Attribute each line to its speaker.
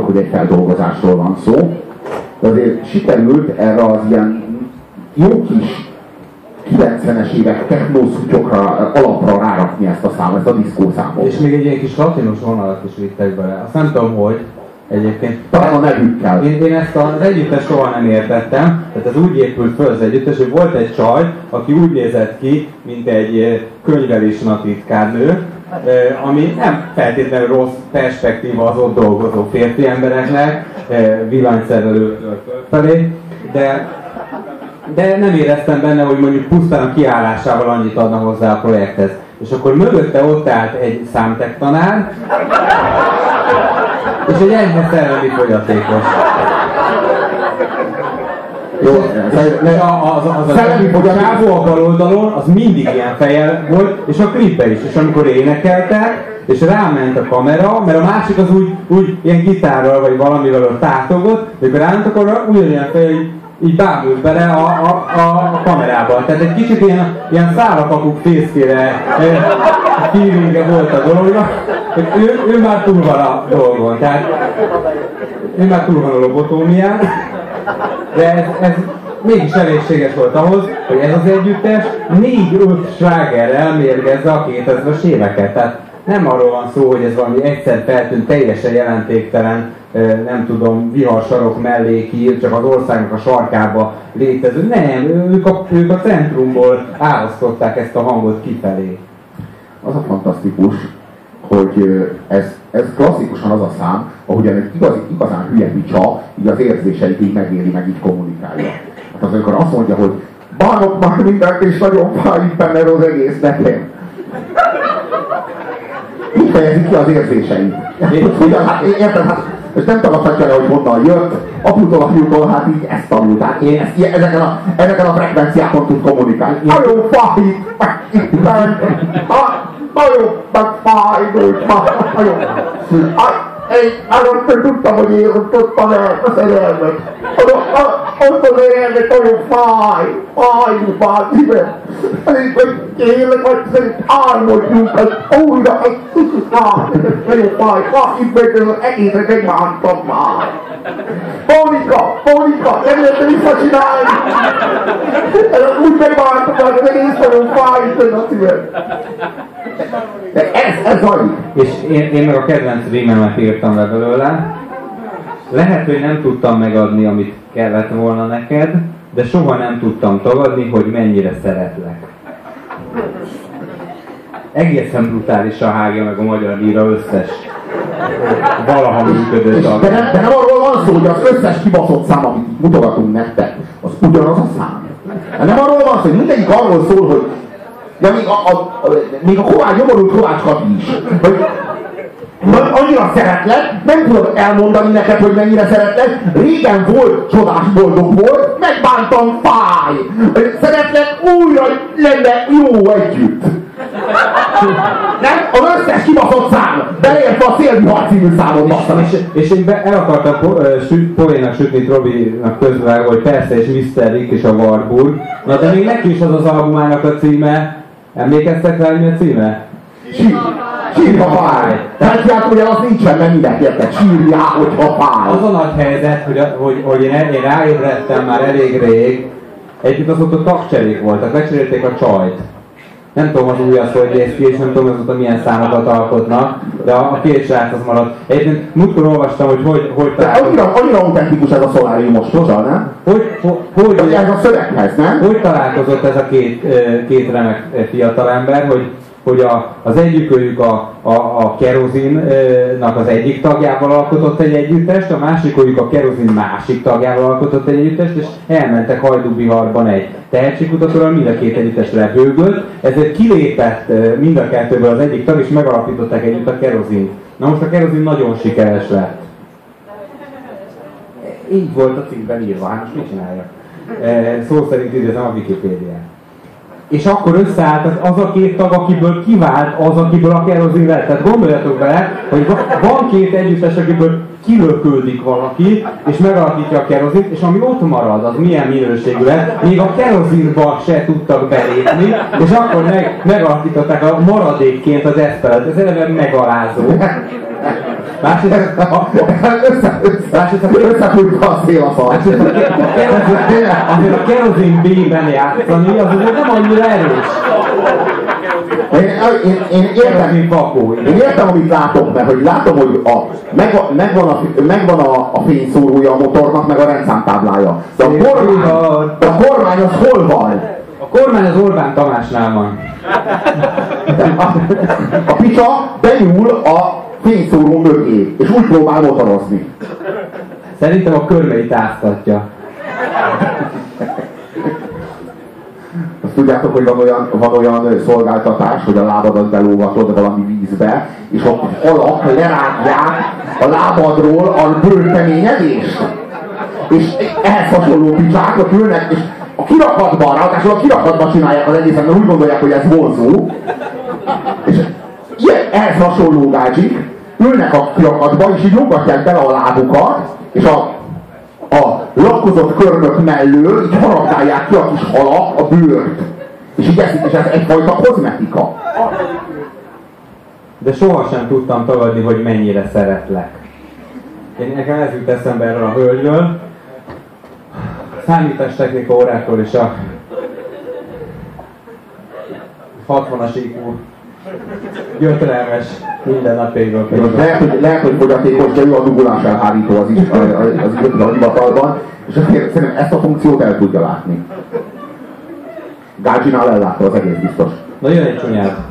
Speaker 1: hogy egy feldolgozásról van szó, de azért sikerült erre az ilyen jó kis 90-es évek technószutyokra, alapra rárakni ezt a számot, ezt a diszkószámot.
Speaker 2: És még egy ilyen kis latinos vonalat is vittek bele. Azt nem tudom, hogy egyébként.
Speaker 1: Talán a nevükkel.
Speaker 2: Én ezt az együttes soha nem értettem, tehát ez úgy épült föl az együttes, hogy volt egy csaj, aki úgy nézett ki, mint egy könyvelésna titkárnő, ami nem feltétlenül rossz perspektíva az ott dolgozó férfi embereknek, villanyszerelőtől felé, de nem éreztem benne, hogy mondjuk pusztán a kiállásával annyit adna hozzá a projekthez. És akkor mögötte ott állt egy számtektanár, és egy enyhe szellemi fogyatékos.
Speaker 1: Jó,
Speaker 2: az csávó a bal oldalon, az mindig ilyen fejjel volt, és a klipben is. És amikor énekeltek, és ráment a kamera, mert a másik az úgy ilyen gitárral vagy valamivel ott tátogott, amikor ráment, akkor ugyanilyen fejjel így bámult bele a kamerába. Tehát egy kicsit ilyen szálakakuk fészkére feelinge volt a dolognak, hogy ő már túl van a dolgon. Tehát ő már túl van a lobotómián, de ez mégis elégséges volt ahhoz, hogy ez az együttes 4-5 slágerrel mérgezze a 2000-es éveket. Tehát nem arról van szó, hogy ez valami egyszer feltűnt, teljesen jelentéktelen, nem tudom, viharsarok mellé kír, csak az országnak a sarkába létező. Nem, ők a centrumból árasztották ezt a hangot kifelé.
Speaker 1: Az a fantasztikus, hogy ez klasszikusan az a szám, ahogyan egy igazán hülye picsa, így az érzéseit így megéli, meg így kommunikálja. Hát az, amikor azt mondja, hogy bánok már mindent, és nagyon fáj benne az egész nekem. Így fejezik ki az érzéseit. Hát érted, hát és nem tagadhatja le, hogy honnan jött, aputól, apjútól, hát így ezt tanult. Hát ezeken a frekvenciákon tud kommunikálni. Nagyon fáj, nagyon megfájdult, nagyon. Én arról tudtam, hogy én tudtam el a szerelmet. Ott a szerelmet nagyon fáj szívem. Kérlek, hogy szerint álmodjunk, hogy újra egy kicsit nagyon fáj, itt meg az egészet megbántam már. Mónika, nem lehet visszacsinálni. Úgy megbántam, hogy az egész nagyon fáj, a szívem. De ez zajlik.
Speaker 2: És én meg a kedvenc rímemet írtam le belőle. Lehet, hogy nem tudtam megadni, amit kellett volna neked, de soha nem tudtam tagadni, hogy mennyire szeretlek. Egészen brutálisan hágja meg a magyar líra összes valaha működő tag.
Speaker 1: De nem arról van szó, hogy az összes kibaszott szám, amit mutogatunk nektek, az ugyanaz a szám. Nem arról van szó, hogy mindegyik arról szól, hogy de még a nyomorult Kovács Kati is, hogy annyira szeretlek, nem tudom elmondani neked, hogy mennyire szeretlek, régen volt, csodás boldog volt, megbántam, fáj, szeretlek, újra lenne jó együtt. Nem? Az összes kibaszott szám, beleértve a Szélvihar című számot basztam.
Speaker 2: És én el akartam poénnak sütni Robinak közben, hogy persze, és Mr. Rick és a Warburg. Na de még neki is az albumának a címe. Emlékeztek rá, mi a címe?
Speaker 1: Sírja fáj. Tehát ugye az nincsen, mert mindenki érted. Sírjál, hogyha fáj.
Speaker 2: Az a nagy helyzet, hogy én ráébredtem már elég rég. Együtt azóta tagcserék voltak, lecserélték a csajt. Nem tudom az új az, hogy néz ki, és nem tudom azóta milyen számokat alkotnak, de a két srác az maradt. Egyébként múltkor olvastam, hogy
Speaker 1: annyira autentikus ez a szoláriumos proza, nem? Hogy ez a szöveghez, nem?
Speaker 2: Hogy találkozott ez a két remek fiatalember, hogy az egyikőjük a Kerozinnak az egyik tagjával alkotott egy együttest, a másikőjük a Kerozin másik tagjával alkotott egy együttest, és elmentek Hajdúbiharban egy tehetségkutatóra, mind a két együttest lebőgött, ezért kilépett mind a kettőből az egyik tag, és megalapították együtt a Kerozint. Na most a Kerozin nagyon sikeres lett. Így volt a cikkben írva, hát most mit csináljak? Szó szerint idézem a Wikipédiát. És akkor összeállt az a két tag, akiből kivált az, akiből a Kerozin lett. Tehát gondoljatok bele, hogy van két együttes, akiből kilökődik valaki, és megalakítja a kerozint, és ami ott marad, az milyen minőségű lesz, még a kerozinba se tudtak belépni, és akkor megalakították a maradékként az eszpelet. Ez eleve megalázó.
Speaker 1: Összefújta a szél a szar.
Speaker 2: Azért a kerozin B-ben játszani, az azért nem annyira erős.
Speaker 1: Én értem, amit látok, mert hogy látom, hogy megvan a fényszórója a motornak, meg a rendszámtáblája. De a kormány az hol van?
Speaker 2: A kormány az Orbán Tamásnál van.
Speaker 1: A picsa benyúl a fényszóró mögé, és úgy próbál motorozni.
Speaker 2: Szerintem a körmeit áztatja.
Speaker 1: Azt tudjátok, hogy van olyan szolgáltatás, hogy a lábadat belógatod valami vízbe, és ott halak lerágják a lábadról a bőrkeményedést. És ehhez hasonló picsák ülnek, és a kirakatban, ráadásul a kirakatban csinálják az egészet, mert úgy gondolják, hogy ez vonzó. És ehhez hasonló gácsik ülnek a kirakatban, és így nyugatják bele a lábukat, és a lakkozott körmök mellől így harapdálják ki a kis halak a bőrt. És így ez egyfajta kozmetika.
Speaker 2: De sohasem tudtam tagadni, hogy mennyire szeretlek. Nekem ez jut eszembe erről a hölgyről. Számítástechnika órákról és a 60-as IQ gyötrelmes mindennapjairól.
Speaker 1: Lehet, hogy fogyatékos, de ő a dugulás elhárító az a hivatalban, és azért szerintem ezt a funkciót el tudja látni. Gácsinál ellátta az egész biztos.
Speaker 2: Na jön egy csúnyád.